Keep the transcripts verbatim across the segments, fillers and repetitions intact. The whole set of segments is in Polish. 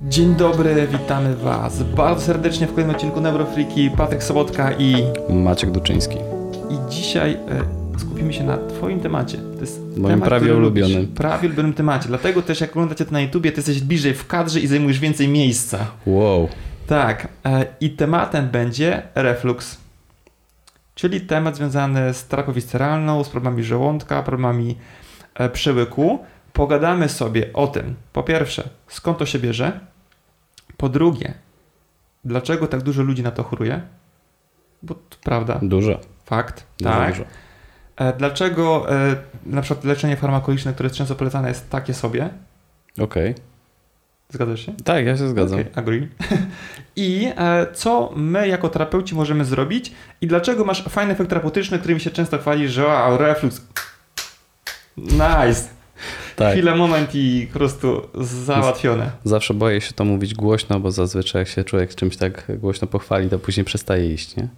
Dzień dobry, witamy Was bardzo serdecznie w kolejnym odcinku Neurofreaki. Patryk Sobotka i Maciek Duczyński. I dzisiaj e, skupimy się na Twoim temacie. To jest moim temat, prawie ulubionym. Lubisz, prawie ulubionym temacie. Dlatego też jak oglądacie to na YouTubie, Ty jesteś bliżej w kadrze i zajmujesz więcej miejsca. Wow. Tak. E, I tematem będzie reflux. Czyli temat związany z terapią visceralną, z problemami żołądka, problemami e, przełyku. Pogadamy sobie o tym, po pierwsze, skąd to się bierze, po drugie, dlaczego tak dużo ludzi na to choruje, bo to prawda. Dużo. Fakt, Dużo, tak. dużo. E, dlaczego e, na przykład leczenie farmakologiczne, które jest często polecane, jest takie sobie. Okej. Okay. Zgadzasz się? Tak, ja się zgadzam. Okay, agree. I e, co my jako terapeuci możemy zrobić i dlaczego masz fajny efekt terapeutyczny, którym się często chwalisz, że wow, reflux, nice. Tak. Chwilę, moment i po prostu załatwione. Zawsze boję się to mówić głośno, bo zazwyczaj jak się człowiek czymś tak głośno pochwali, to później przestaje iść, nie?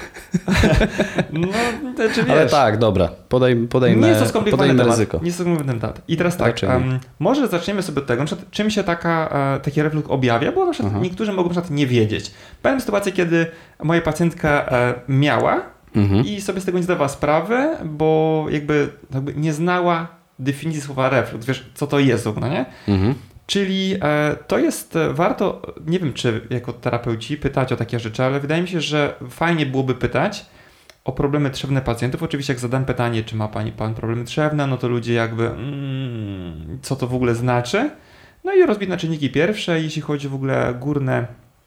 No, to czy wiesz. Ale tak, dobra, podaj, podajmy, nie jest to skomplikowany temat. ryzyko. Nie jest to skomplikowany temat. I teraz tak, um, może zaczniemy sobie od tego, czym się taka, uh, taki reflux objawia, bo na przykład Aha. niektórzy mogą na przykład nie wiedzieć. Pamiętam sytuację, kiedy moja pacjentka uh, miała mhm. i sobie z tego nie zdawała sprawy, bo jakby, jakby nie znała definicji słowa reflux, wiesz, co to jest, no nie? Mhm. Czyli e, to jest, e, warto, nie wiem czy jako terapeuci pytać o takie rzeczy, ale wydaje mi się, że fajnie byłoby pytać o problemy trzewne pacjentów. Oczywiście jak zadam pytanie, czy ma pani pan problemy trzewne, no to ludzie jakby, mm, co to w ogóle znaczy? No i rozbić na czynniki pierwsze, jeśli chodzi w ogóle górne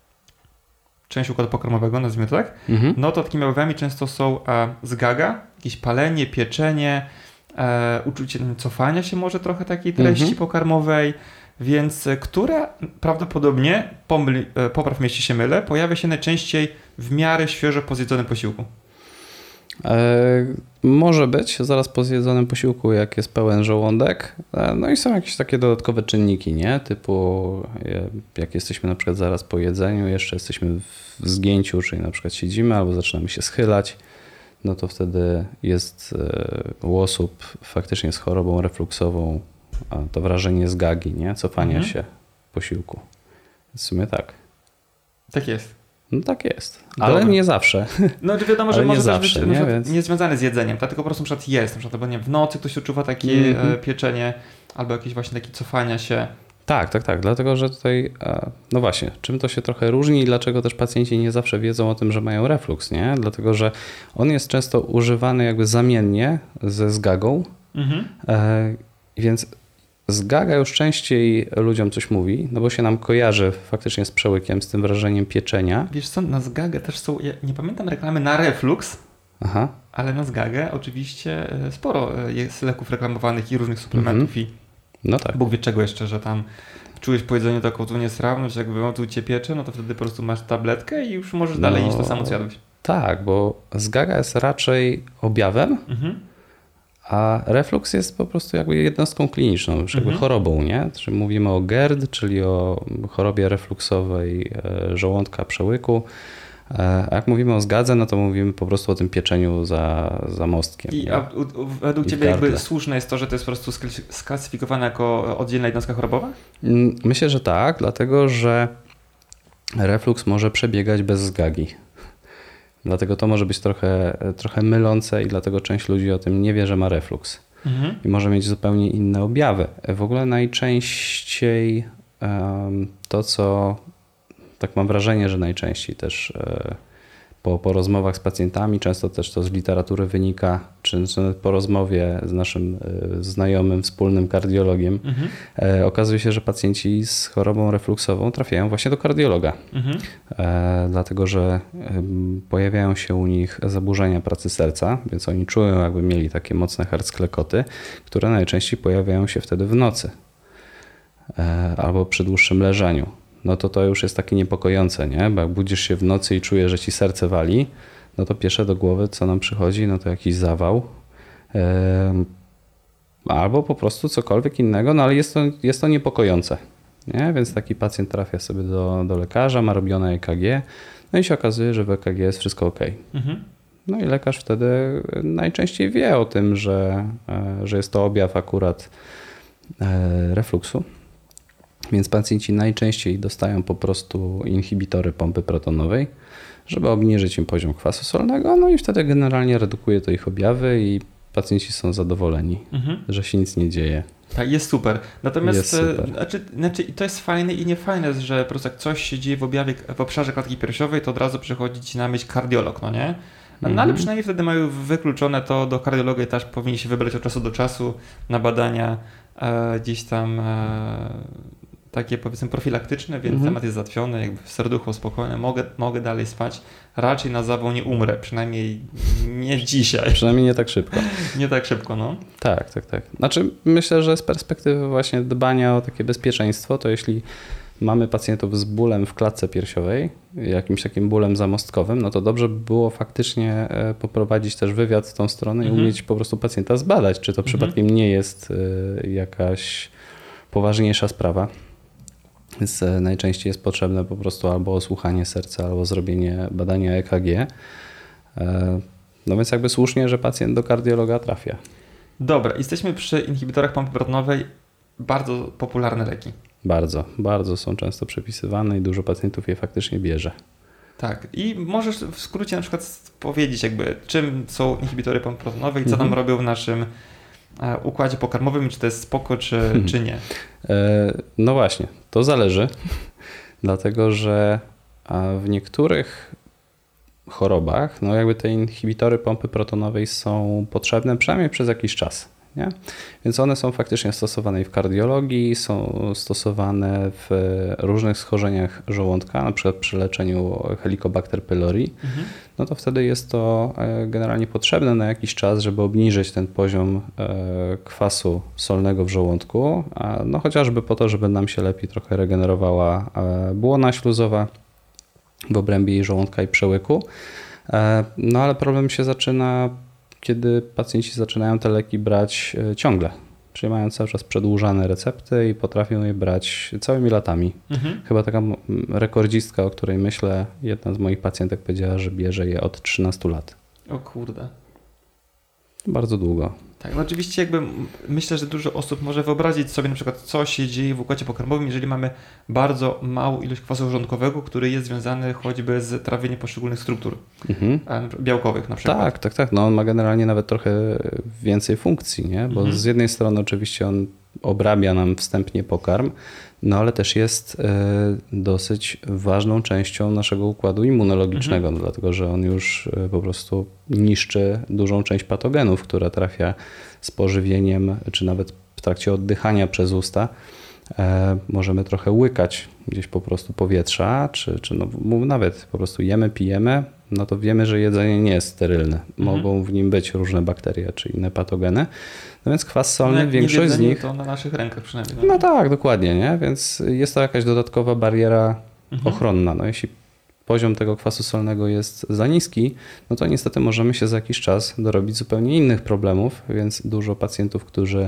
część układu pokarmowego, nazwijmy to tak, mhm. no to takimi objawami często są e, zgaga, jakieś palenie, pieczenie, E, uczucie cofania się może trochę takiej treści mhm. pokarmowej, więc która prawdopodobnie, pomyl, e, popraw mnie, jeśli się mylę, pojawia się najczęściej w miarę świeżo po zjedzonym posiłku. E, może być zaraz po zjedzonym posiłku, jak jest pełen żołądek. E, no i są jakieś takie dodatkowe czynniki, nie? Typu jak jesteśmy na przykład zaraz po jedzeniu, jeszcze jesteśmy w zgięciu, czyli na przykład siedzimy albo zaczynamy się schylać, no to wtedy jest u osób faktycznie z chorobą refluksową to wrażenie zgagi, nie? Cofania mhm. się posiłku. W sumie tak. Tak jest. No tak jest. Ale Dobra. nie zawsze. No wiadomo, że Ale może nie też zawsze, być nie? Więc... nie związane z jedzeniem, dlatego po prostu na przykład jest. Na przykład, bo nie, w nocy ktoś odczuwa takie mm-hmm. pieczenie albo jakieś właśnie takie cofania się. Tak, tak, tak. Dlatego, że tutaj, no właśnie, czym to się trochę różni i dlaczego też pacjenci nie zawsze wiedzą o tym, że mają refluks, nie? Dlatego, że on jest często używany jakby zamiennie ze zgagą, mhm. e, więc zgaga już częściej ludziom coś mówi, no bo się nam kojarzy faktycznie z przełykiem, z tym wrażeniem pieczenia. Wiesz co, na zgagę też są, ja nie pamiętam reklamy na refluks, Aha. ale na zgagę oczywiście sporo jest leków reklamowanych i różnych suplementów mhm. i no tak. Bóg wie czego jeszcze, że tam czujesz po jedzeniu taką tu niestrawność, jakby on tu cię piecze, no to wtedy po prostu masz tabletkę i już możesz dalej no, iść to samo co jadłeś. Tak, bo zgaga jest raczej objawem, mhm. a refluks jest po prostu jakby jednostką kliniczną, już jakby mhm. chorobą, nie? Czyli mówimy o G E R D, czyli o chorobie refluksowej żołądka, przełyku. A jak mówimy o zgadze, no to mówimy po prostu o tym pieczeniu za, za mostkiem. I a, u, według I Ciebie jakby słuszne jest to, że to jest po prostu sklasyfikowane jako oddzielna jednostka chorobowa? Myślę, że tak, dlatego że refluks może przebiegać bez zgagi. Dlatego to może być trochę, trochę mylące i dlatego część ludzi o tym nie wie, że ma refluks. Mhm. I może mieć zupełnie inne objawy. W ogóle najczęściej um, to, co tak mam wrażenie, że najczęściej też po, po rozmowach z pacjentami, często też to z literatury wynika, czy po rozmowie z naszym znajomym, wspólnym kardiologiem, mhm. okazuje się, że pacjenci z chorobą refluksową trafiają właśnie do kardiologa. Mhm. E, dlatego, że pojawiają się u nich zaburzenia pracy serca, więc oni czują, jakby mieli takie mocne hercklekoty, które najczęściej pojawiają się wtedy w nocy e, albo przy dłuższym leżeniu. No to to już jest takie niepokojące, nie? Bo jak budzisz się w nocy i czujesz, że ci serce wali, no to pierwsze do głowy, co nam przychodzi, no to jakiś zawał. Yy, albo po prostu cokolwiek innego, no ale jest to, jest to niepokojące, nie? Więc taki pacjent trafia sobie do, do lekarza, ma robione E K G, no i się okazuje, że w E K G jest wszystko ok. Mhm. No i lekarz wtedy najczęściej wie o tym, że, że jest to objaw akurat refluksu. Więc pacjenci najczęściej dostają po prostu inhibitory pompy protonowej, żeby obniżyć im poziom kwasu solnego, no i wtedy generalnie redukuje to ich objawy i pacjenci są zadowoleni, mhm. że się nic nie dzieje. Tak, jest super. Natomiast jest super. Znaczy, znaczy, to jest fajne i niefajne, że po prostu jak coś się dzieje w objawie w obszarze klatki piersiowej, to od razu przychodzi ci na myśl kardiolog, no nie? No mm-hmm. ale przynajmniej wtedy mają wykluczone to, do kardiologa też powinni się wybrać od czasu do czasu na badania e, gdzieś tam e, takie powiedzmy profilaktyczne, więc mm-hmm. temat jest załatwiony, jakby serducho spokojne, mogę, mogę dalej spać, raczej na zawał nie umrę, przynajmniej nie dzisiaj. Przynajmniej nie tak szybko. Nie tak szybko, no. Tak, tak, tak. Znaczy myślę, że z perspektywy właśnie dbania o takie bezpieczeństwo, to jeśli mamy pacjentów z bólem w klatce piersiowej, jakimś takim bólem zamostkowym, no to dobrze by było faktycznie poprowadzić też wywiad w tą stronę mhm. i umieć po prostu pacjenta zbadać, czy to mhm. przypadkiem nie jest jakaś poważniejsza sprawa. Więc najczęściej jest potrzebne po prostu albo osłuchanie serca, albo zrobienie badania E K G. No więc jakby słusznie, że pacjent do kardiologa trafia. Dobra, jesteśmy przy inhibitorach pompy protonowej. Bardzo popularne leki. Bardzo, bardzo są często przepisywane i dużo pacjentów je faktycznie bierze. Tak. I możesz w skrócie na przykład powiedzieć jakby, czym są inhibitory pompy protonowej i co mhm. tam robią w naszym układzie pokarmowym, czy to jest spoko, czy, hmm. czy nie? No właśnie, to zależy, dlatego że w niektórych chorobach no jakby te inhibitory pompy protonowej są potrzebne przynajmniej przez jakiś czas. Nie? Więc one są faktycznie stosowane i w kardiologii, są stosowane w różnych schorzeniach żołądka, na przykład przy leczeniu Helicobacter pylori, mhm. no to wtedy jest to generalnie potrzebne na jakiś czas, żeby obniżyć ten poziom kwasu solnego w żołądku, no chociażby po to, żeby nam się lepiej trochę regenerowała błona śluzowa w obrębie jej żołądka i przełyku. No ale problem się zaczyna, kiedy pacjenci zaczynają te leki brać ciągle, czyli mają cały czas przedłużane recepty i potrafią je brać całymi latami. Mhm. Chyba taka rekordzistka, o której myślę, jedna z moich pacjentek powiedziała, że bierze je od trzynastu lat. O kurde. Bardzo długo. Tak, no oczywiście jakby myślę, że dużo osób może wyobrazić sobie na przykład, co się dzieje w układzie pokarmowym, jeżeli mamy bardzo małą ilość kwasu żołądkowego, który jest związany choćby z trawieniem poszczególnych struktur mhm. białkowych na przykład. Tak, tak, tak. No on ma generalnie nawet trochę więcej funkcji, nie? Bo mhm. z jednej strony oczywiście on obrabia nam wstępnie pokarm, no ale też jest dosyć ważną częścią naszego układu immunologicznego, mhm. no, dlatego że on już po prostu niszczy dużą część patogenów, która trafia z pożywieniem, czy nawet w trakcie oddychania przez usta. Możemy trochę łykać gdzieś po prostu powietrza, czy, czy no, nawet po prostu jemy, pijemy, no to wiemy, że jedzenie nie jest sterylne. Mhm. Mogą w nim być różne bakterie czy inne patogeny. No więc kwas solny, no większość z nich... to na naszych rękach przynajmniej. No, no tak, dokładnie, nie? Więc jest to jakaś dodatkowa bariera mhm. ochronna. No jeśli poziom tego kwasu solnego jest za niski, no to niestety możemy się za jakiś czas dorobić zupełnie innych problemów, więc dużo pacjentów, którzy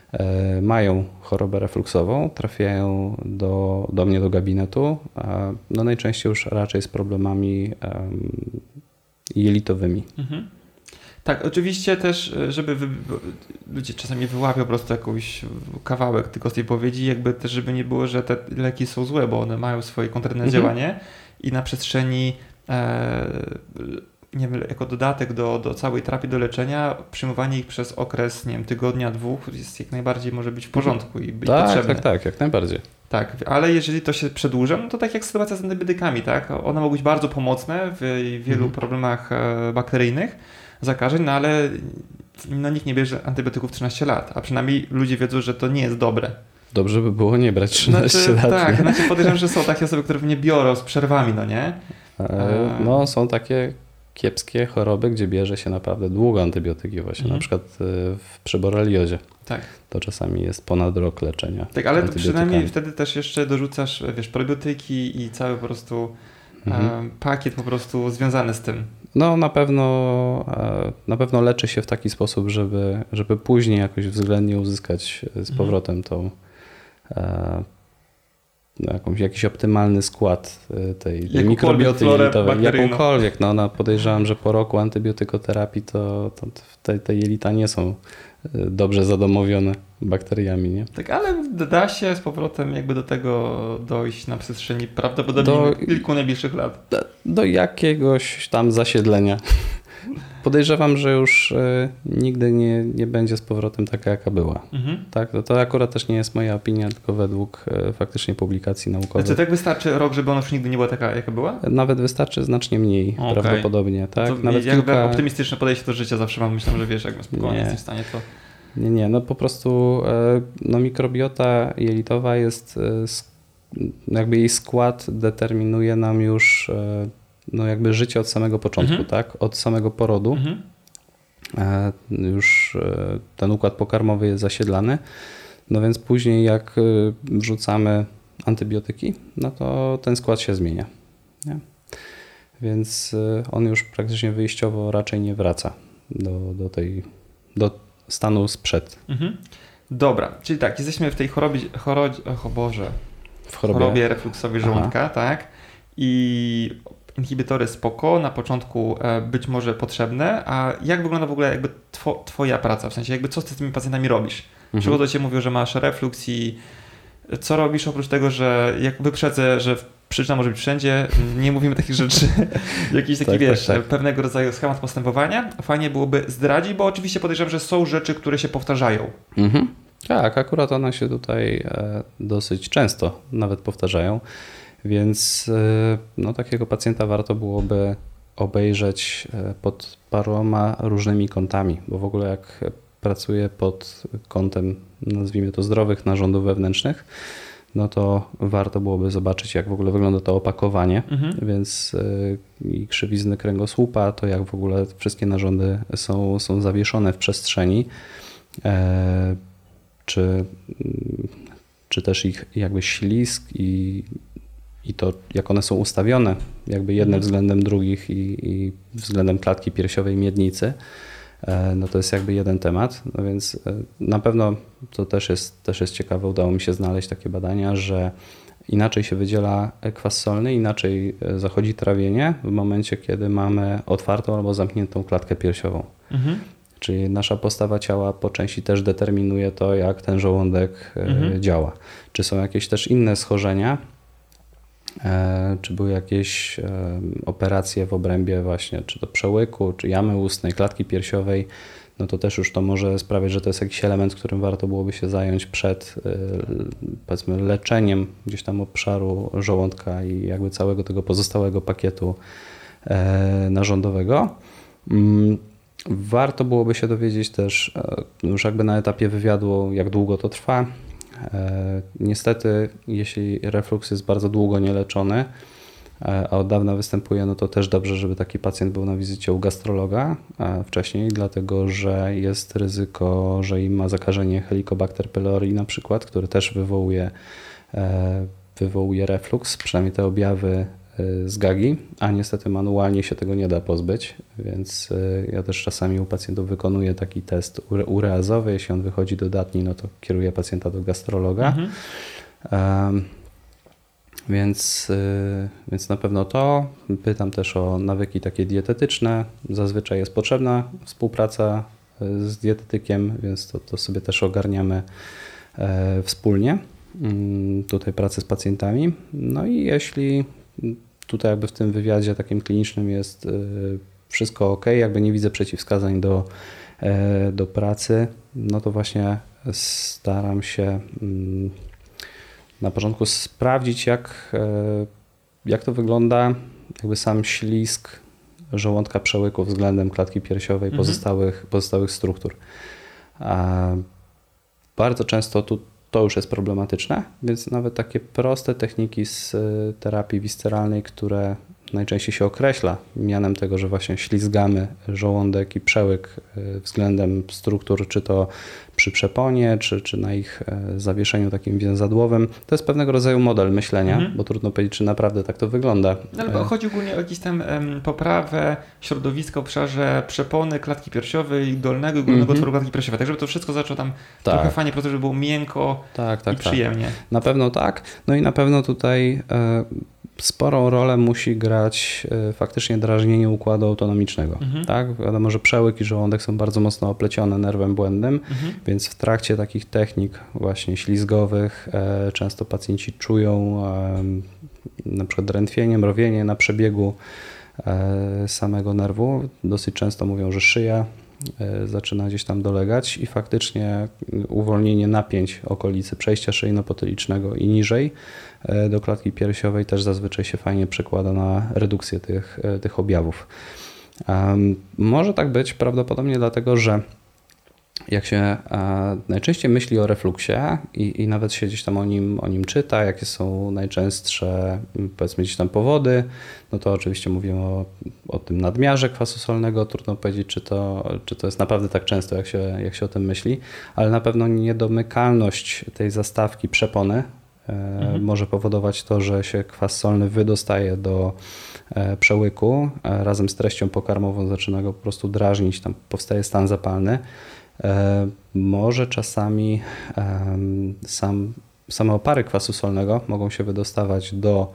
mają chorobę refluksową, trafiają do, do mnie do gabinetu, a no najczęściej już raczej z problemami um, jelitowymi. Mhm. Tak, oczywiście też, żeby wy... ludzie czasami wyłapią po prostu jakąś kawałek tylko z tej powiedzi, jakby też, żeby nie było, że te leki są złe, bo one mają swoje kontrerne mhm. działanie i na przestrzeni e... nie wiem, jako dodatek do, do całej terapii, do leczenia, przyjmowanie ich przez okres, nie wiem, tygodnia, dwóch jest jak najbardziej może być w porządku i być tak, potrzebne. Tak, tak, jak najbardziej. Tak, ale jeżeli to się przedłuża, no to tak jak sytuacja z antybiotykami, tak? One mogą być bardzo pomocne w wielu mhm. problemach bakteryjnych, zakażeń, no ale no, nikt nie bierze antybiotyków trzynaście lat, a przynajmniej ludzie wiedzą, że to nie jest dobre. Dobrze by było nie brać trzynaście znaczy, lat. Tak, znaczy podejrzewam, że są takie osoby, które nie biorą z przerwami, no nie? E, no są takie kiepskie choroby, gdzie bierze się naprawdę długo antybiotyki właśnie, mhm. na przykład w przeboreliozie. Tak. To czasami jest ponad rok leczenia. Tak, ale przynajmniej wtedy też jeszcze dorzucasz, wiesz, probiotyki i cały po prostu mhm. e, pakiet po prostu związany z tym. No na pewno na pewno leczy się w taki sposób, żeby, żeby później jakoś względnie uzyskać z powrotem tą, jakąś, jakiś optymalny skład tej, tej mikrobioty jelitowej, jakąkolwiek. No, no, podejrzewam, że po roku antybiotykoterapii to, to te, te jelita nie są dobrze zadomowione bakteriami, nie? Tak, ale da się z powrotem jakby do tego dojść na przestrzeni prawdopodobnie do, kilku najbliższych lat. Do, do jakiegoś tam zasiedlenia. Podejrzewam, że już y, nigdy nie, nie będzie z powrotem taka, jaka była. Mhm. Tak? To, to akurat też nie jest moja opinia, tylko według y, faktycznie publikacji naukowych. Znaczy tak wystarczy rok, żeby ona już nigdy nie była taka, jaka była? Nawet wystarczy znacznie mniej, okay. prawdopodobnie. Tak? To Nawet jakby kilka... optymistyczne podejście do życia zawsze mam, myślę, że wiesz, jak spokojnie jesteś w stanie to... Nie, nie, no po prostu y, no, mikrobiota jelitowa jest, y, jakby jej skład determinuje nam już... Y, no jakby życie od samego początku, mhm. tak? Od samego porodu. Mhm. E, już e, ten układ pokarmowy jest zasiedlany. No więc później jak wrzucamy antybiotyki, no to ten skład się zmienia. Nie? Więc on już praktycznie wyjściowo raczej nie wraca do, do tej do stanu sprzed. Mhm. Dobra, czyli tak, jesteśmy w tej chorobie, chorobie o Boże, w chorobie, chorobie refluksowej żołądka, Aha. tak? I inhibitory spoko, na początku być może potrzebne, a jak wygląda w ogóle jakby two, twoja praca? W sensie jakby co ty z tymi pacjentami robisz? Mhm. Czego do ciebie mówią, że masz refluks i co robisz oprócz tego, że jak wyprzedzę, że przyczyna może być wszędzie, nie mówimy takich rzeczy, jakiś taki tak, wiesz, tak, tak. pewnego rodzaju schemat postępowania. Fajnie byłoby zdradzić, bo oczywiście podejrzewam, że są rzeczy, które się powtarzają. Mhm. Tak, akurat one się tutaj dosyć często nawet powtarzają. Więc no, takiego pacjenta warto byłoby obejrzeć pod paroma różnymi kątami, bo w ogóle jak pracuję pod kątem, nazwijmy to, zdrowych narządów wewnętrznych, no to warto byłoby zobaczyć, jak w ogóle wygląda to opakowanie, mhm. więc i krzywizny kręgosłupa, to jak w ogóle wszystkie narządy są, są zawieszone w przestrzeni, e, czy, czy też ich jakby ślizg i I to, jak one są ustawione, jakby jedne względem drugich i, i względem klatki piersiowej miednicy, no to jest jakby jeden temat. No więc na pewno to też jest, też jest ciekawe, udało mi się znaleźć takie badania, że inaczej się wydziela kwas solny, inaczej zachodzi trawienie w momencie, kiedy mamy otwartą albo zamkniętą klatkę piersiową. Mhm. Czyli nasza postawa ciała po części też determinuje to, jak ten żołądek mhm. działa. Czy są jakieś też inne schorzenia, czy były jakieś operacje w obrębie właśnie, czy to przełyku, czy jamy ustnej, klatki piersiowej, no to też już to może sprawiać, że to jest jakiś element, którym warto byłoby się zająć przed, powiedzmy, leczeniem gdzieś tam obszaru żołądka i jakby całego tego pozostałego pakietu narządowego. Warto byłoby się dowiedzieć też już jakby na etapie wywiadu, jak długo to trwa. Niestety, jeśli refluks jest bardzo długo nieleczony, a od dawna występuje, no to też dobrze, żeby taki pacjent był na wizycie u gastrologa wcześniej, dlatego że jest ryzyko, że im ma zakażenie Helicobacter pylori na przykład, który też wywołuje, wywołuje refluks, przynajmniej te objawy z gagi, a niestety manualnie się tego nie da pozbyć, więc ja też czasami u pacjentów wykonuję taki test ureazowy. Jeśli on wychodzi dodatni, no to kieruję pacjenta do gastrologa. Mhm. Um, więc, więc na pewno to. Pytam też o nawyki takie dietetyczne. Zazwyczaj jest potrzebna współpraca z dietetykiem, więc to, to sobie też ogarniamy e, wspólnie. Tutaj pracę z pacjentami. No i jeśli tutaj jakby w tym wywiadzie takim klinicznym jest wszystko ok, jakby nie widzę przeciwwskazań do, do pracy, no to właśnie staram się na początku sprawdzić, jak, jak to wygląda jakby sam ślizg żołądka przełyku względem klatki piersiowej, mhm. pozostałych, pozostałych struktur. A bardzo często tu to już jest problematyczne, więc nawet takie proste techniki z terapii wisceralnej, które najczęściej się określa mianem tego, że właśnie ślizgamy żołądek i przełyk względem struktur, czy to przy przeponie, czy, czy na ich zawieszeniu takim więzadłowym. To jest pewnego rodzaju model myślenia, mhm. bo trudno powiedzieć, czy naprawdę tak to wygląda. No, ale chodzi ogólnie o jakąś tam um, poprawę środowiska w obszarze przepony, klatki piersiowej, dolnego i górnego mhm. otworu klatki piersiowej, tak żeby to wszystko zaczęło tam tak. trochę fajnie, po to, żeby było miękko tak, tak, i przyjemnie. Tak. Na pewno tak. No i na pewno tutaj e, sporą rolę musi grać e, faktycznie drażnienie układu autonomicznego. Mhm. Tak? Wiadomo, że przełyk i żołądek są bardzo mocno oplecione nerwem błędnym, mhm. więc w trakcie takich technik właśnie ślizgowych e, często pacjenci czują e, na przykład drętwienie, mrowienie na przebiegu e, samego nerwu. Dosyć często mówią, że szyja e, zaczyna gdzieś tam dolegać i faktycznie uwolnienie napięć okolicy przejścia szyjno-potylicznego i niżej e, do klatki piersiowej też zazwyczaj się fajnie przekłada na redukcję tych, e, tych objawów. Um, może tak być prawdopodobnie dlatego, że jak się e, najczęściej myśli o refluksie i, i nawet się gdzieś tam o nim, o nim czyta, jakie są najczęstsze powiedzmy gdzieś tam powody, no to oczywiście mówimy o, o tym nadmiarze kwasu solnego. Trudno powiedzieć, czy to, czy to jest naprawdę tak często, jak się, jak się o tym myśli, ale na pewno niedomykalność tej zastawki przepony e, mhm. może powodować to, że się kwas solny wydostaje do e, przełyku, e, razem z treścią pokarmową zaczyna go po prostu drażnić, tam powstaje stan zapalny. Może czasami sam, same opary kwasu solnego mogą się wydostawać do,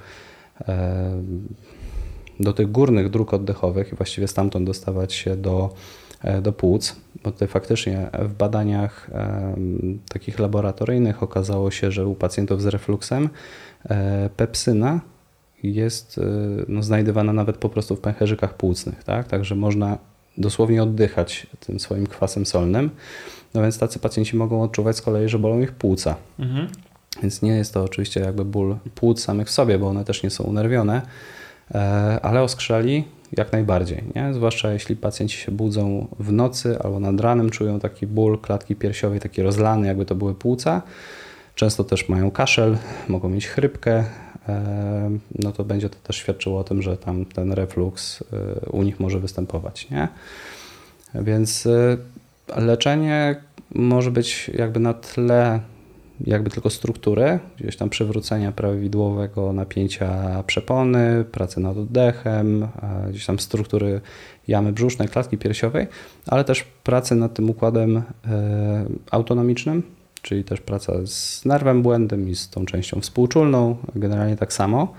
do tych górnych dróg oddechowych i właściwie stamtąd dostawać się do, do płuc, bo tutaj faktycznie w badaniach takich laboratoryjnych okazało się, że u pacjentów z refluksem pepsyna jest no, znajdywana nawet po prostu w pęcherzykach płucnych, tak? Także można dosłownie oddychać tym swoim kwasem solnym, no więc tacy pacjenci mogą odczuwać z kolei, że bolą ich płuca. Mhm. Więc nie jest to oczywiście jakby ból płuc samych w sobie, bo one też nie są unerwione, ale oskrzeli jak najbardziej, nie? Zwłaszcza jeśli pacjenci się budzą w nocy albo nad ranem, czują taki ból klatki piersiowej, taki rozlany, jakby to były płuca. Często też mają kaszel, mogą mieć chrypkę, no to będzie to też świadczyło o tym, że tam ten refluks u nich może występować, nie? Więc leczenie może być jakby na tle jakby tylko struktury, gdzieś tam przywrócenia prawidłowego napięcia przepony, pracy nad oddechem, gdzieś tam struktury jamy brzusznej, klatki piersiowej, ale też pracy nad tym układem autonomicznym, czyli też praca z nerwem błędnym i z tą częścią współczulną, generalnie tak samo,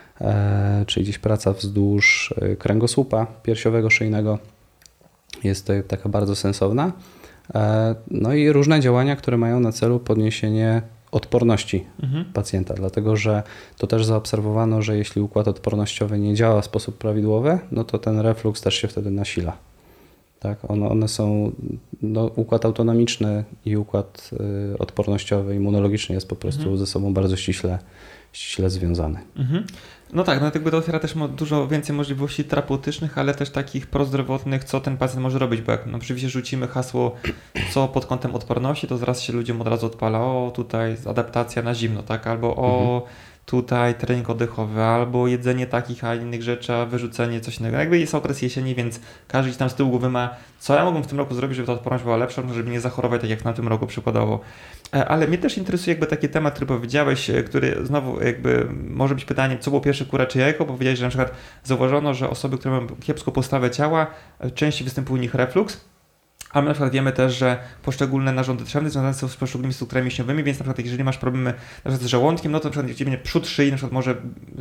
e, czyli gdzieś praca wzdłuż kręgosłupa piersiowego, szyjnego jest to taka bardzo sensowna. E, no i różne działania, które mają na celu podniesienie odporności mhm. pacjenta, dlatego że to też zaobserwowano, że jeśli układ odpornościowy nie działa w sposób prawidłowy, no to ten refluks też się wtedy nasila. Tak, one, one są, no, układ autonomiczny i układ y, odpornościowy, immunologiczny jest po prostu mhm. ze sobą bardzo ściśle, ściśle związany. Mhm. No tak, no jakby to otwiera też dużo więcej możliwości terapeutycznych, ale też takich prozdrowotnych, co ten pacjent może robić, bo jak no, oczywiście rzucimy hasło, co pod kątem odporności, to zaraz się ludziom od razu odpala, o tutaj adaptacja na zimno, tak, albo o mhm. tutaj trening oddechowy, albo jedzenie takich, a innych rzeczy, a wyrzucenie coś innego. Jakby jest okres jesieni, więc każdy tam z tyłu głowy ma, co ja mogłem w tym roku zrobić, żeby ta odporność była lepsza, żeby nie zachorować tak jak na tym roku przykładowo. Ale mnie też interesuje jakby taki temat, który powiedziałeś, który znowu jakby może być pytaniem, co było pierwsze, kura czy jajko, bo powiedziałeś, że na przykład zauważono, że osoby, które mają kiepską postawę ciała, częściej występuje u nich refluks. A my na przykład wiemy też, że poszczególne narządy trzewne związane są z poszczególnymi strukturami mięśniowymi, więc na przykład jeżeli masz problemy na przykład z żołądkiem, no to na przykład gdzie będzie przód szyi, na przykład może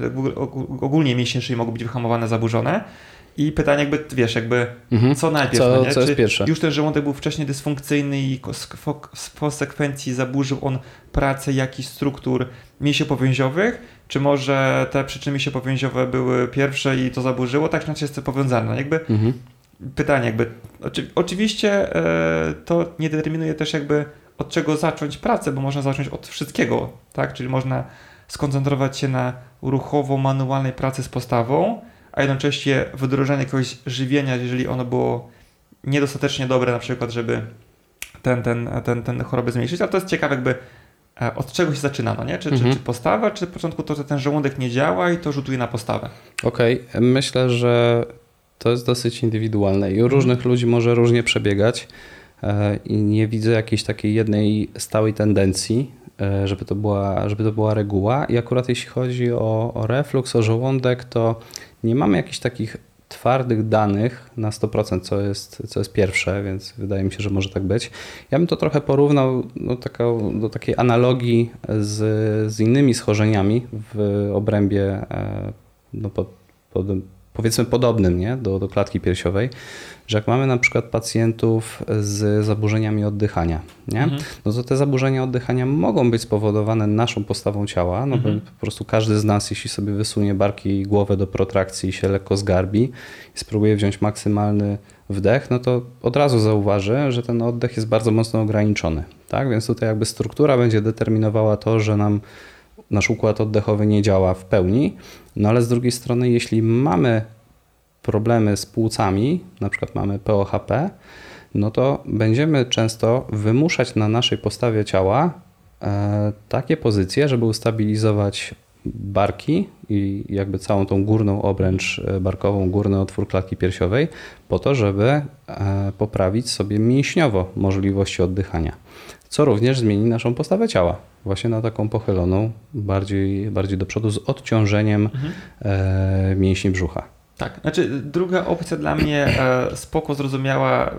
ogólnie mięśnie szyi mogą być wyhamowane, zaburzone. I pytanie jakby, wiesz, jakby mhm. co najpierw, co, no nie? co jest Czy pierwsze? Już ten żołądek był wcześniej dysfunkcyjny i w konsekwencji zaburzył on pracę jakichś struktur mięsiopowięziowych, czy może te przyczyny mięsiopowięziowe były pierwsze i to zaburzyło, tak czy inaczej jest to powiązane. Jakby mhm. pytanie jakby, oczy, oczywiście e, to nie determinuje też jakby od czego zacząć pracę, bo można zacząć od wszystkiego, tak? Czyli można skoncentrować się na ruchowo-manualnej pracy z postawą, a jednocześnie wdrożenie jakiegoś żywienia, jeżeli ono było niedostatecznie dobre, na przykład, żeby ten, ten, ten, ten chorobę zmniejszyć, ale to jest ciekawe jakby od czego się zaczyna, no nie? Czy, mhm. czy, czy postawa, czy w początku to, że ten żołądek nie działa i to rzutuje na postawę? Okej, okay. Myślę, że to jest dosyć indywidualne i u różnych mhm. ludzi może różnie przebiegać. i nie widzę jakiejś takiej jednej stałej tendencji, żeby to była, żeby to była reguła. I akurat jeśli chodzi o, o refluks, o żołądek, to nie mamy jakichś takich twardych danych na sto procent, co jest, co jest pierwsze, więc wydaje mi się, że może tak być. Ja bym to trochę porównał do, taka, do takiej analogii z, z innymi schorzeniami w obrębie no, pod, pod, powiedzmy podobnym, nie? Do, do klatki piersiowej, że jak mamy na przykład pacjentów z zaburzeniami oddychania, nie? Mhm. No to te zaburzenia oddychania mogą być spowodowane naszą postawą ciała, no mhm. bo po prostu każdy z nas, jeśli sobie wysunie barki i głowę do protrakcji i się lekko zgarbi i spróbuje wziąć maksymalny wdech, no to od razu zauważy, że ten oddech jest bardzo mocno ograniczony, tak? Więc tutaj jakby struktura będzie determinowała to, że nam nasz układ oddechowy nie działa w pełni, no ale z drugiej strony, jeśli mamy problemy z płucami, na przykład mamy P O H P, no to będziemy często wymuszać na naszej postawie ciała e, takie pozycje, żeby ustabilizować barki i jakby całą tą górną obręcz barkową, górny otwór klatki piersiowej, po to, żeby e, poprawić sobie mięśniowo możliwości oddychania, co również zmieni naszą postawę ciała. Właśnie na taką pochyloną, bardziej, bardziej do przodu, z odciążeniem mhm. e, mięśni brzucha. Tak, znaczy druga opcja dla mnie e, spoko, zrozumiała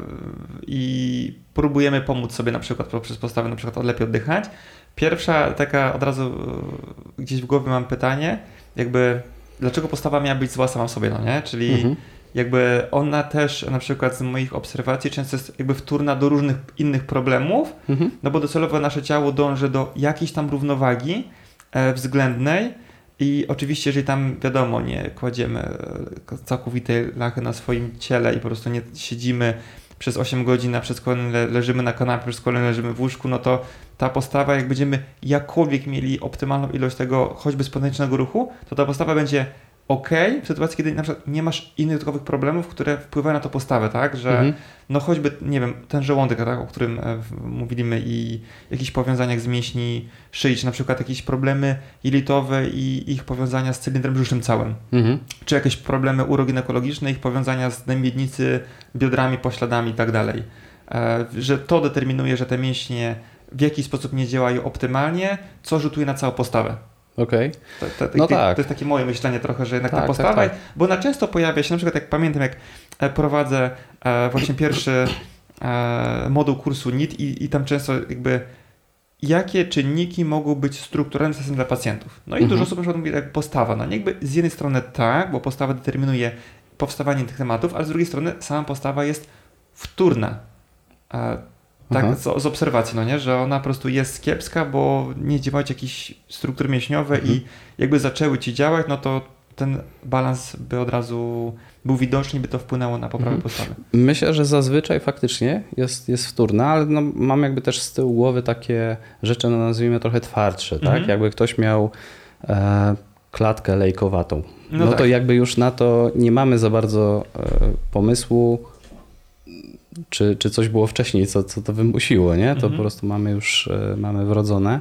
i próbujemy pomóc sobie na przykład poprzez postawę na przykład lepiej oddychać. Pierwsza taka od razu gdzieś w głowie mam pytanie, jakby dlaczego postawa miała być zła sama w sobie, no nie? Czyli mhm. jakby ona też na przykład z moich obserwacji często jest jakby wtórna do różnych innych problemów, mhm. no bo docelowo nasze ciało dąży do jakiejś tam równowagi e, względnej i oczywiście jeżeli tam wiadomo nie kładziemy całkowitej lachy na swoim ciele i po prostu nie siedzimy przez osiem godzin, a przez kolejne leżymy na kanapie, przez kolejne leżymy w łóżku, no to ta postawa, jak będziemy jakkolwiek mieli optymalną ilość tego choćby spontanicznego ruchu, to ta postawa będzie ok, w sytuacji, kiedy na przykład nie masz innych dodatkowych problemów, które wpływają na tą postawę, tak, że mhm. no choćby, nie wiem, ten żołądek, tak, o którym e, mówiliśmy i jakichś powiązaniach z mięśni szyi, czy na przykład jakieś problemy jelitowe i ich powiązania z cylindrem brzusznym całym, mhm. czy jakieś problemy uroginekologiczne, ich powiązania z miednicy, biodrami, pośladami i tak dalej, e, że to determinuje, że te mięśnie w jakiś sposób nie działają optymalnie, co rzutuje na całą postawę. Okay. To, to, to, no to, tak. to jest takie moje myślenie trochę, że jednak tak, ta postawa, tak, tak. bo ona często pojawia się, na przykład jak pamiętam, jak prowadzę e, właśnie pierwszy e, moduł kursu N I T i, i tam często jakby jakie czynniki mogą być strukturalnym systemem dla pacjentów. No i mhm. dużo osób na przykład mówi jak postawa. No jakby z jednej strony tak, bo postawa determinuje powstawanie tych tematów, ale z drugiej strony sama postawa jest wtórna. E, Tak, z, z obserwacji, no nie, że ona po prostu jest kiepska, bo nie działają jakieś struktury mięśniowe mhm. i jakby zaczęły ci działać, no to ten balans by od razu był widoczny i by to wpłynęło na poprawę mhm. postawy. Myślę, że zazwyczaj faktycznie jest, jest wtórna, ale no, mam jakby też z tyłu głowy takie rzeczy, no nazwijmy trochę twardsze, mhm. tak? Jakby ktoś miał e, klatkę lejkowatą, no, no tak. to jakby już na to nie mamy za bardzo e, pomysłu, Czy, czy coś było wcześniej, co, co to wymusiło, nie? To mhm. po prostu mamy już e, mamy wrodzone.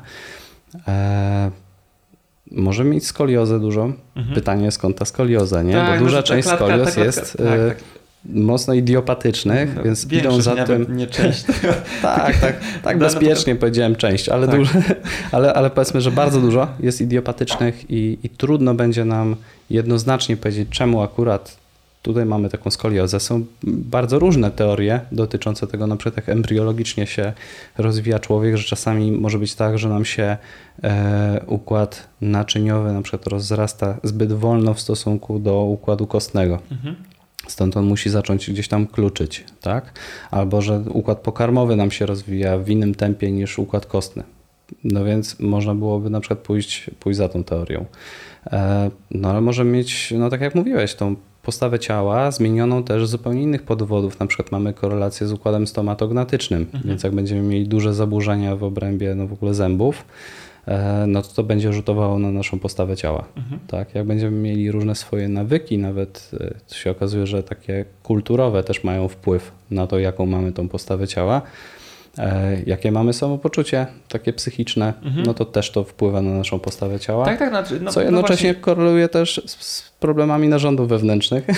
E, może mieć skoliozę dużą. Mhm. Pytanie, skąd ta skolioza, nie? Tak, bo duża no, część klatka, skolios klatka, jest tak, e, tak. mocno idiopatycznych, no, więc idą za tym... Nie część. tak, tak, tak bezpiecznie powiedziałem część, ale, tak. dużo, ale, ale powiedzmy, że bardzo dużo jest idiopatycznych i, i trudno będzie nam jednoznacznie powiedzieć, czemu akurat tutaj mamy taką skoliozę. Są bardzo różne teorie dotyczące tego, na przykład jak embriologicznie się rozwija człowiek, że czasami może być tak, że nam się e, układ naczyniowy na przykład rozrasta zbyt wolno w stosunku do układu kostnego. Mhm. Stąd on musi zacząć gdzieś tam kluczyć, tak? Albo że układ pokarmowy nam się rozwija w innym tempie niż układ kostny. No więc można byłoby na przykład pójść, pójść za tą teorią. E, no ale możemy mieć, no tak jak mówiłeś, tą postawę ciała zmienioną też z zupełnie innych powodów. Na przykład mamy korelację z układem stomatognatycznym, mhm. więc jak będziemy mieli duże zaburzenia w obrębie no w ogóle zębów, no to to będzie rzutowało na naszą postawę ciała. Mhm. Tak? Jak będziemy mieli różne swoje nawyki, nawet to się okazuje, że takie kulturowe też mają wpływ na to, jaką mamy tą postawę ciała, jakie mamy samopoczucie takie psychiczne, mhm. no to też to wpływa na naszą postawę ciała. Tak, tak. Znaczy, no, co jednocześnie no koreluje też z, z problemami narządów wewnętrznych.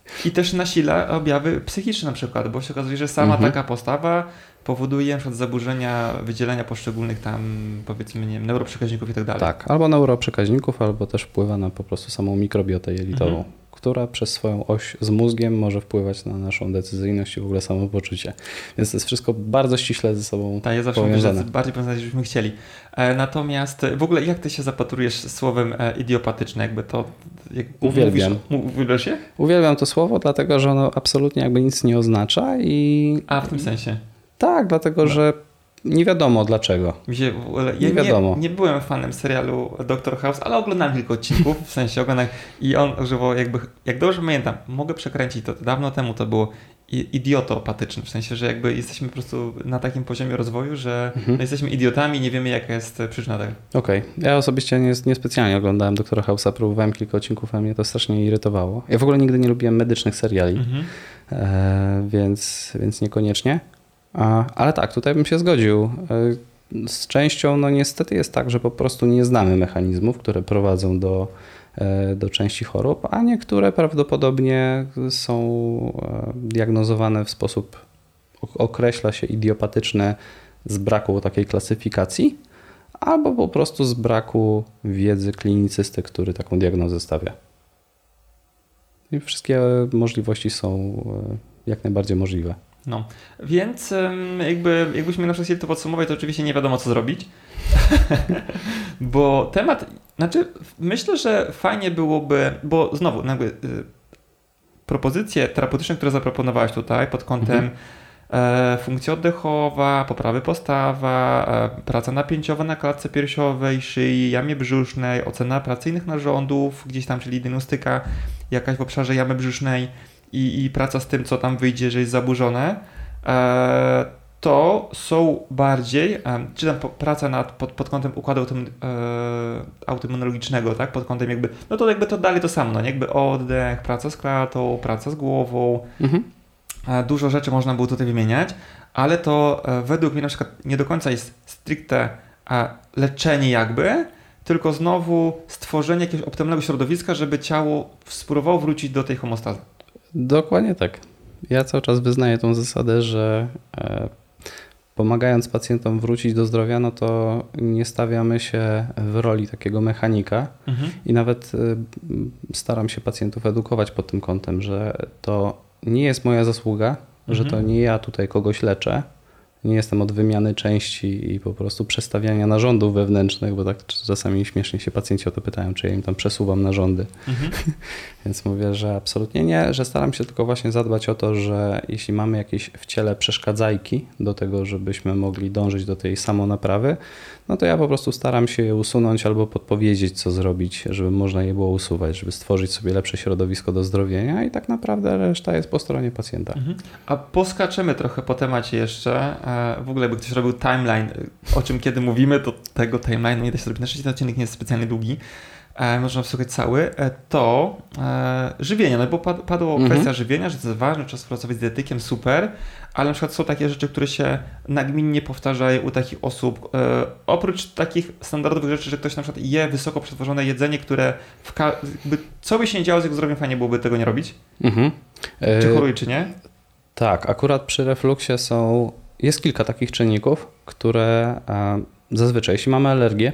I też nasila objawy psychiczne na przykład, bo się okazuje, że sama mhm. taka postawa powoduje na przykład zaburzenia wydzielenia poszczególnych tam, powiedzmy, nie wiem, neuroprzekaźników i tak dalej. Tak, albo neuroprzekaźników, albo też wpływa na po prostu samą mikrobiotę jelitową, mhm. która przez swoją oś z mózgiem może wpływać na naszą decyzyjność i w ogóle samopoczucie. Więc to jest wszystko bardzo ściśle ze sobą tak, ja zawsze powiązane. mówię, że bardziej powiązane niż byśmy chcieli. E, natomiast w ogóle jak ty się zapatrujesz słowem e, idiopatyczne? Jakby to... Jak Uwielbiam. Mówisz, uwielbiasz się? Uwielbiam to słowo, dlatego że ono absolutnie jakby nic nie oznacza i... A, w tym sensie? Tak, dlatego no. że nie wiadomo dlaczego. Mi się w ogóle, ja nie, wiadomo. Nie, nie byłem fanem serialu doktor House, ale oglądałem kilka odcinków, w sensie oglądałem i on używał jakby, jak dobrze pamiętam, mogę przekręcić to, dawno temu to było idiotopatyczne, w sensie, że jakby jesteśmy po prostu na takim poziomie rozwoju, że mhm. no jesteśmy idiotami i nie wiemy jaka jest przyczyna tego. Okej. Okay. Ja osobiście nie, niespecjalnie oglądałem doktora House'a, próbowałem kilka odcinków, a mnie to strasznie irytowało. Ja w ogóle nigdy nie lubiłem medycznych seriali, mhm. e, więc, więc niekoniecznie. A, ale tak, tutaj bym się zgodził. Z częścią no niestety jest tak, że po prostu nie znamy mechanizmów, które prowadzą do, do części chorób, a niektóre prawdopodobnie są diagnozowane w sposób, określa się idiopatyczne z braku takiej klasyfikacji, albo po prostu z braku wiedzy klinicysty, który taką diagnozę stawia. I wszystkie możliwości są jak najbardziej możliwe. No, więc jakby, jakbyśmy na przykład chcieli to podsumować, to oczywiście nie wiadomo co zrobić, bo temat, znaczy myślę, że fajnie byłoby, bo znowu jakby, y, propozycje terapeutyczne, które zaproponowałeś tutaj pod kątem mhm. e, funkcja oddechowa, poprawy postawa, e, praca napięciowa na klatce piersiowej, szyi, jamie brzusznej, ocena pracy innych narządów, gdzieś tam, czyli diagnostyka jakaś w obszarze jamy brzusznej, I, i praca z tym, co tam wyjdzie, że jest zaburzone, e, to są bardziej, e, czy tam praca nad, pod, pod kątem układu autoim, e, autoimmunologicznego, tak, pod kątem jakby, no to jakby to dalej to samo, no nie? Jakby oddech, praca z klatą, praca z głową, mhm. e, dużo rzeczy można było tutaj wymieniać, ale to e, według mnie na przykład nie do końca jest stricte e, leczenie jakby, tylko znowu stworzenie jakiegoś optymalnego środowiska, żeby ciało spróbowało wrócić do tej homeostazy. Dokładnie tak. Ja cały czas wyznaję tą zasadę, że e, pomagając pacjentom wrócić do zdrowia, no to nie stawiamy się w roli takiego mechanika mhm. i nawet e, staram się pacjentów edukować pod tym kątem, że to nie jest moja zasługa, mhm. że to nie ja tutaj kogoś leczę, nie jestem od wymiany części i po prostu przestawiania narządów wewnętrznych, bo tak czasami śmiesznie się pacjenci o to pytają, czy ja im tam przesuwam narządy. Mhm. Więc mówię, że absolutnie nie, że staram się tylko właśnie zadbać o to, że jeśli mamy jakieś w ciele przeszkadzajki do tego, żebyśmy mogli dążyć do tej samonaprawy, no to ja po prostu staram się je usunąć albo podpowiedzieć, co zrobić, żeby można je było usuwać, żeby stworzyć sobie lepsze środowisko do zdrowienia i tak naprawdę reszta jest po stronie pacjenta. Mhm. A poskaczemy trochę po temacie jeszcze. W ogóle jakby ktoś robił timeline, o czym kiedy mówimy, to tego timeline'u nie da się zrobić. Na szczęście ten odcinek nie jest specjalnie długi. E, można wsłuchać cały. E, to e, żywienie, no bo pad, padło mhm. kwestia żywienia, że to jest ważne, trzeba współpracować z dietetykiem, super, ale na przykład są takie rzeczy, które się nagminnie powtarzają u takich osób. E, oprócz takich standardowych rzeczy, że ktoś na przykład je wysoko przetworzone jedzenie, które w ka- jakby, co by się nie działo z jego zdrowiem, fajnie byłoby tego nie robić. Mhm. E, czy choruje, czy nie? Tak, akurat przy refluksie są, jest kilka takich czynników, które e, zazwyczaj, jeśli mamy alergię,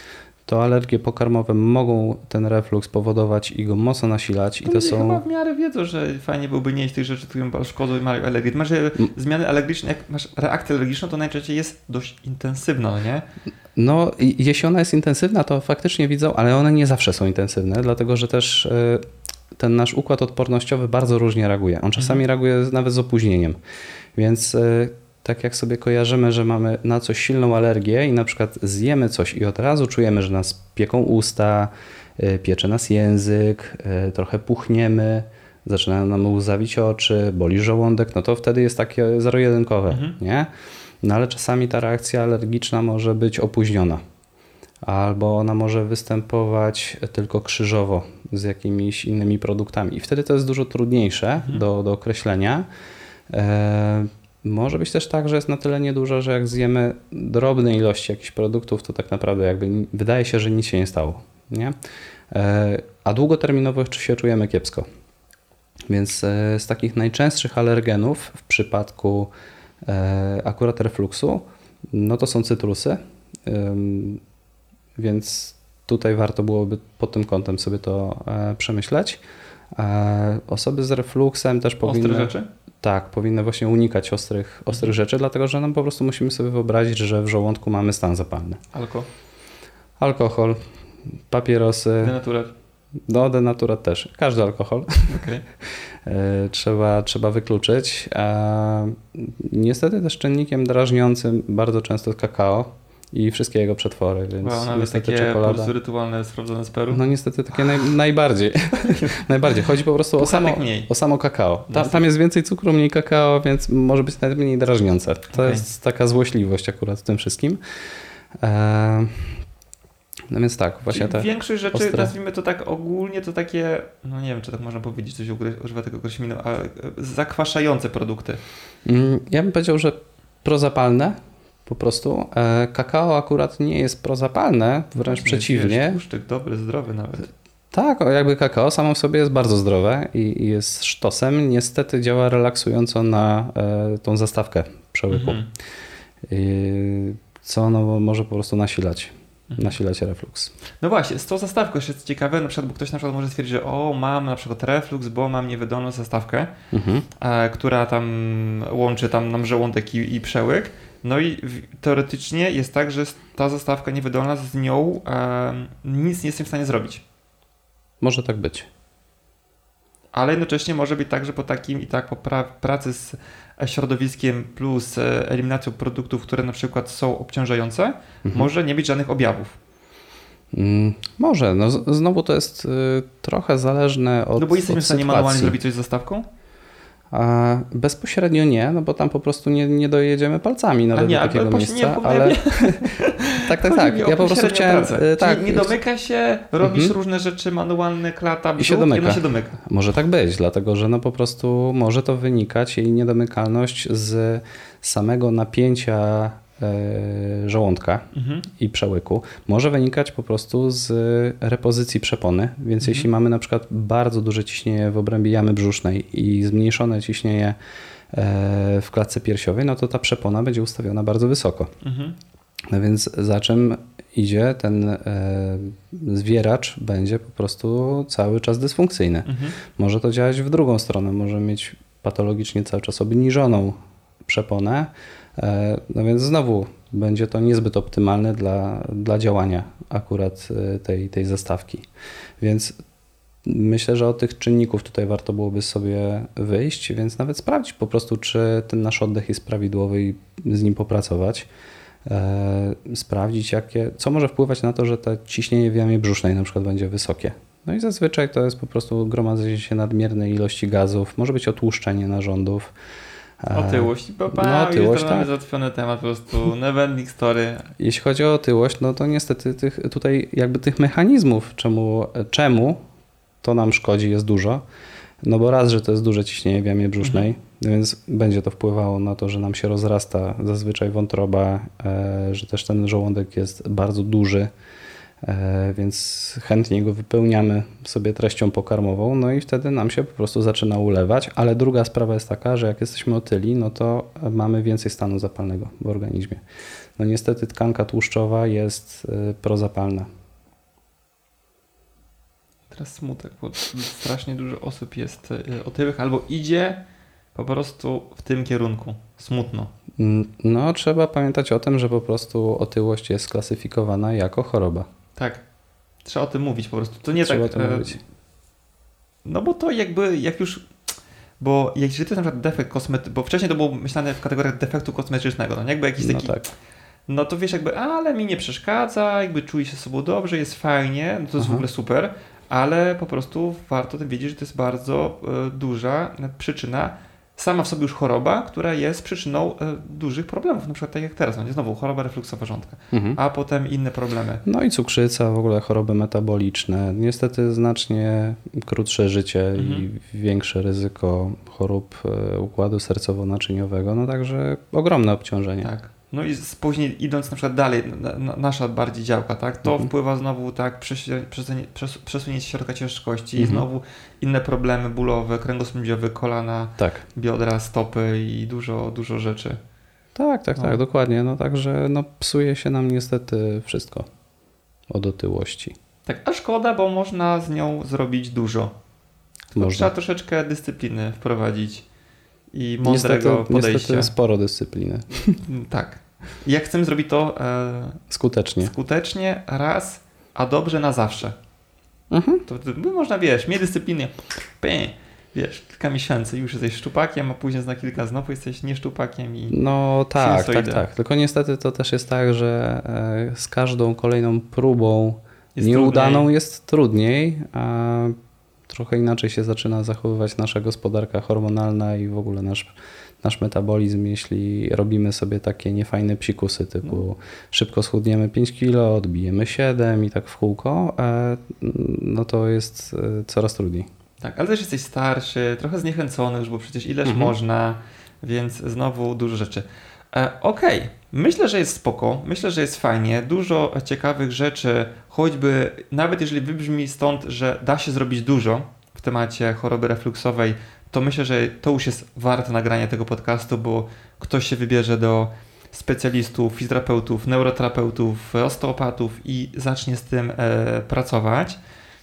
to alergie pokarmowe mogą ten refluks powodować i go mocno nasilać. To I to są... chyba w miarę wiedzą, że fajnie byłby nie jeść tych rzeczy, które szkodzą i mają alergię. Masz zmiany alergiczne, jak masz reakcję alergiczną, to najczęściej jest dość intensywna, nie? No, jeśli ona jest intensywna, to faktycznie widzą, ale one nie zawsze są intensywne, dlatego że też ten nasz układ odpornościowy bardzo różnie reaguje. On czasami mhm. reaguje nawet z opóźnieniem, więc... Tak jak sobie kojarzymy, że mamy na coś silną alergię i na przykład zjemy coś i od razu czujemy, że nas pieką usta, piecze nas język, trochę puchniemy, zaczynają nam łzawić oczy, boli żołądek, no to wtedy jest takie zero-jedynkowe, mhm. nie? No ale czasami ta reakcja alergiczna może być opóźniona albo ona może występować tylko krzyżowo z jakimiś innymi produktami i wtedy to jest dużo trudniejsze mhm. do, do określenia. E- Może być też tak, że jest na tyle niedużo, że jak zjemy drobne ilości jakichś produktów, to tak naprawdę jakby wydaje się, że nic się nie stało, nie? A długoterminowo się czujemy kiepsko. Więc z takich najczęstszych alergenów w przypadku akurat refluksu, no to są cytrusy, więc tutaj warto byłoby pod tym kątem sobie to przemyśleć. Osoby z refluksem też powinny... Ostre rzeczy? Tak, powinny właśnie unikać ostrych, ostrych rzeczy, dlatego że no po prostu musimy sobie wyobrazić, że w żołądku mamy stan zapalny. Alko? Alkohol, papierosy. Denaturat? No, denaturat też. Każdy alkohol. Okay. trzeba, trzeba wykluczyć. A niestety też czynnikiem drażniącym bardzo często jest kakao i wszystkie jego przetwory, więc wow, nawet niestety takie czekolada. Po prostu rytualne sprawdzone z Peru? No niestety takie naj, najbardziej. najbardziej. Chodzi po prostu o samo, o samo kakao. Ta, tam jest więcej cukru, mniej kakao, więc może być nawet mniej drażniące. To okay. jest taka złośliwość akurat w tym wszystkim. E... No więc tak, właśnie te większość rzeczy, ostre... nazwijmy to tak ogólnie, to takie, no nie wiem, czy tak można powiedzieć, coś używa tego określenia, ale zakwaszające produkty. Ja bym powiedział, że prozapalne po prostu. Kakao akurat nie jest prozapalne, wręcz Właśnie, przeciwnie. Wiesz, tłuszczyk dobry, zdrowy nawet. Tak, jakby kakao samo w sobie jest bardzo zdrowe i, i jest sztosem. Niestety działa relaksująco na e, tą zastawkę przełyku, mhm. I, co no, może po prostu nasilać. nasilać refluks. No właśnie, z tą zastawką jeszcze jest ciekawe, na przykład, bo ktoś na przykład może stwierdzić, że o, mam na przykład refluks, bo mam niewydolną zastawkę, mhm. e, która tam łączy tam nam żołądek i, i przełyk. No i w, teoretycznie jest tak, że ta zastawka niewydolna, z nią e, nic nie jestem w stanie zrobić. Może tak być. Ale jednocześnie może być tak, że po takim i tak po pra- pracy z środowiskiem plus eliminacją produktów, które na przykład są obciążające, mhm. może nie być żadnych objawów. Mm, może. No z- znowu to jest y, trochę zależne od No bo jesteśmy od w stanie sytuacji. manualnie zrobić coś z zastawką? A bezpośrednio nie, no bo tam po prostu nie, nie dojedziemy palcami nawet A nie, do takiego ale miejsca, nie, ale tak, tak, tak. Ja po prostu chciałem... Pracę. Tak, Czyli nie domyka się, robisz mhm. różne rzeczy manualne, klata, brzuch, i się domyka. się domyka. Może tak być, dlatego że no po prostu może to wynikać, jej niedomykalność z samego napięcia e, żołądka mhm. i przełyku. Może wynikać po prostu z repozycji przepony, więc mhm. jeśli mamy na przykład bardzo duże ciśnienie w obrębie jamy brzusznej i zmniejszone ciśnienie e, w klatce piersiowej, no to ta przepona będzie ustawiona bardzo wysoko. Mhm. No więc za czym idzie ten e, zwieracz będzie po prostu cały czas dysfunkcyjny. Mhm. Może to działać w drugą stronę, może mieć patologicznie cały czas obniżoną przeponę, e, no więc znowu będzie to niezbyt optymalne dla, dla działania akurat tej, tej zastawki. Więc myślę, że od tych czynników tutaj warto byłoby sobie wyjść, więc nawet sprawdzić po prostu, czy ten nasz oddech jest prawidłowy i z nim popracować. E, sprawdzić, jakie, co może wpływać na to, że to ciśnienie w jamie brzusznej na przykład będzie wysokie. No i zazwyczaj to jest po prostu gromadzenie się nadmiernej ilości gazów, może być otłuszczenie narządów. E, otyłość, bo no, otyłość, tak. Mamy załatwiony temat, po prostu neverending story. Jeśli chodzi o otyłość, no to niestety tych, tutaj jakby tych mechanizmów, czemu, czemu to nam szkodzi, jest dużo. No bo raz, że to jest duże ciśnienie w jamie brzusznej, mhm. więc będzie to wpływało na to, że nam się rozrasta zazwyczaj wątroba, e, że też ten żołądek jest bardzo duży, e, więc chętnie go wypełniamy sobie treścią pokarmową, no i wtedy nam się po prostu zaczyna ulewać, ale druga sprawa jest taka, że jak jesteśmy otyli, no to mamy więcej stanu zapalnego w organizmie. No niestety tkanka tłuszczowa jest e, prozapalna. Teraz smutek, bo strasznie dużo osób jest otyłych albo idzie po prostu w tym kierunku. Smutno. No trzeba pamiętać o tym, że po prostu otyłość jest klasyfikowana jako choroba. Tak. Trzeba o tym mówić po prostu. To nie trzeba tak... Trzeba o tym mówić. No bo to jakby jak już... Bo jeżeli to jest na przykład defekt kosmetyczny, bo wcześniej to było myślane w kategoriach defektu kosmetycznego, no jakby jakiś taki... No tak. No to wiesz jakby, ale mi nie przeszkadza, jakby czuję się z sobą dobrze, jest fajnie, no to jest Aha. w ogóle super. Ale po prostu warto o tym wiedzieć, że to jest bardzo y, duża przyczyna, sama w sobie już choroba, która jest przyczyną y, dużych problemów, na przykład tak jak teraz, będzie znowu choroba refluksowa żołądka, mhm. a potem inne problemy. No i cukrzyca, w ogóle choroby metaboliczne, niestety znacznie krótsze życie mhm. i większe ryzyko chorób y, układu sercowo-naczyniowego, no także ogromne obciążenie. Tak. No i z, później idąc na przykład dalej, na, na, nasza bardziej działka, tak, to mhm. wpływa znowu tak przesunięcie środka ciężkości mhm. i znowu inne problemy bólowe, kręgosłup mięśniowy, kolana, tak. biodra, stopy i dużo, dużo rzeczy. Tak, tak, no. tak, dokładnie. No także no, psuje się nam niestety wszystko od otyłości. Tak, a szkoda, bo można z nią zrobić dużo. Można. Trzeba troszeczkę dyscypliny wprowadzić i mądrego niestety, podejścia. Niestety sporo dyscypliny. Tak. Jak chcemy zrobić to e, skutecznie. skutecznie, raz, a dobrze na zawsze. Mhm. To, to można, wiesz, mieć dyscyplinę. Pę, wiesz, kilka miesięcy już jesteś szczupakiem, a później za kilka znowu jesteś nieszczupakiem. I no tak, tak, tak. Tylko niestety to też jest tak, że z każdą kolejną próbą jest nieudaną trudniej. jest trudniej, a trochę inaczej się zaczyna zachowywać nasza gospodarka hormonalna i w ogóle nasz, nasz metabolizm, jeśli robimy sobie takie niefajne psikusy typu no. szybko schudniemy pięć kilo, odbijemy siedem i tak w kółko, no to jest coraz trudniej. Tak, ale też jesteś starszy, trochę zniechęcony już, bo przecież ileż mhm. można, więc znowu dużo rzeczy. E, Okej, okay. Myślę, że jest spoko, myślę, że jest fajnie, dużo ciekawych rzeczy, choćby nawet jeżeli wybrzmi stąd, że da się zrobić dużo w temacie choroby refluksowej, to myślę, że to już jest warte nagrania tego podcastu, bo ktoś się wybierze do specjalistów, fizjoterapeutów, neuroterapeutów, osteopatów i zacznie z tym e, pracować.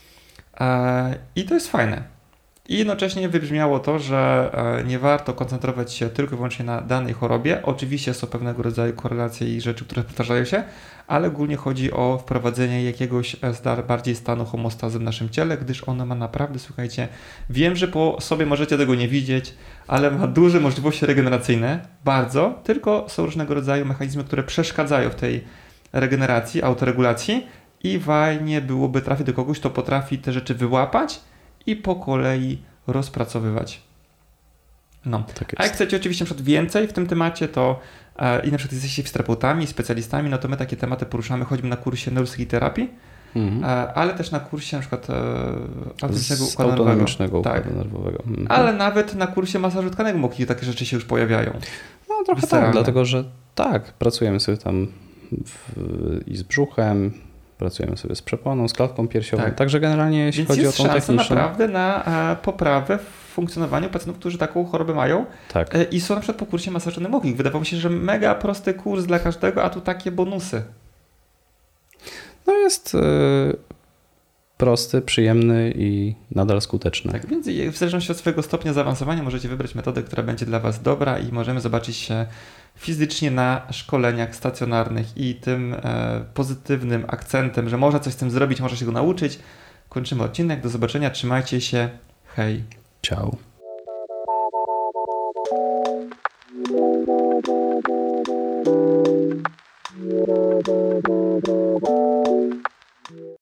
E, I to jest fajne. I jednocześnie wybrzmiało to, że nie warto koncentrować się tylko i wyłącznie na danej chorobie. Oczywiście są pewnego rodzaju korelacje i rzeczy, które powtarzają się, ale ogólnie chodzi o wprowadzenie jakiegoś bardziej stanu homeostazy w naszym ciele, gdyż ono ma naprawdę, słuchajcie, wiem, że po sobie możecie tego nie widzieć, ale ma duże możliwości regeneracyjne, bardzo, tylko są różnego rodzaju mechanizmy, które przeszkadzają w tej regeneracji, autoregulacji i fajnie byłoby trafić do kogoś, kto potrafi te rzeczy wyłapać i po kolei rozpracowywać. No. Tak A jak chcecie oczywiście na przykład więcej w tym temacie, to e, i na przykład jesteście fizjoterapeutami, specjalistami, no to my takie tematy poruszamy choćby na kursie neuropsychoterapii, mhm. e, ale też na kursie na przykład e, autonomicznego układu tak. nerwowego. Mhm. Ale nawet na kursie masażu tkanego moki takie rzeczy się już pojawiają. No trochę Wystarane. tak, dlatego że tak, pracujemy sobie tam w, i z brzuchem, pracujemy sobie z przeponą, z klatką piersiową. Tak. Także generalnie jeśli Więc chodzi jest o tą szansa techniczną... naprawdę na a, poprawę w funkcjonowaniu pacjentów, którzy taką chorobę mają tak. e, i są na przykład po kursie masażu moki. Wydawało mi się, że mega prosty kurs dla każdego, a tu takie bonusy. No jest y, prosty, przyjemny i nadal skuteczny. Tak, więc w zależności od swojego stopnia zaawansowania możecie wybrać metodę, która będzie dla Was dobra i możemy zobaczyć się fizycznie na szkoleniach stacjonarnych i tym e, pozytywnym akcentem, że można coś z tym zrobić, można się go nauczyć. Kończymy odcinek. Do zobaczenia. Trzymajcie się. Hej. Ciao. Thank you.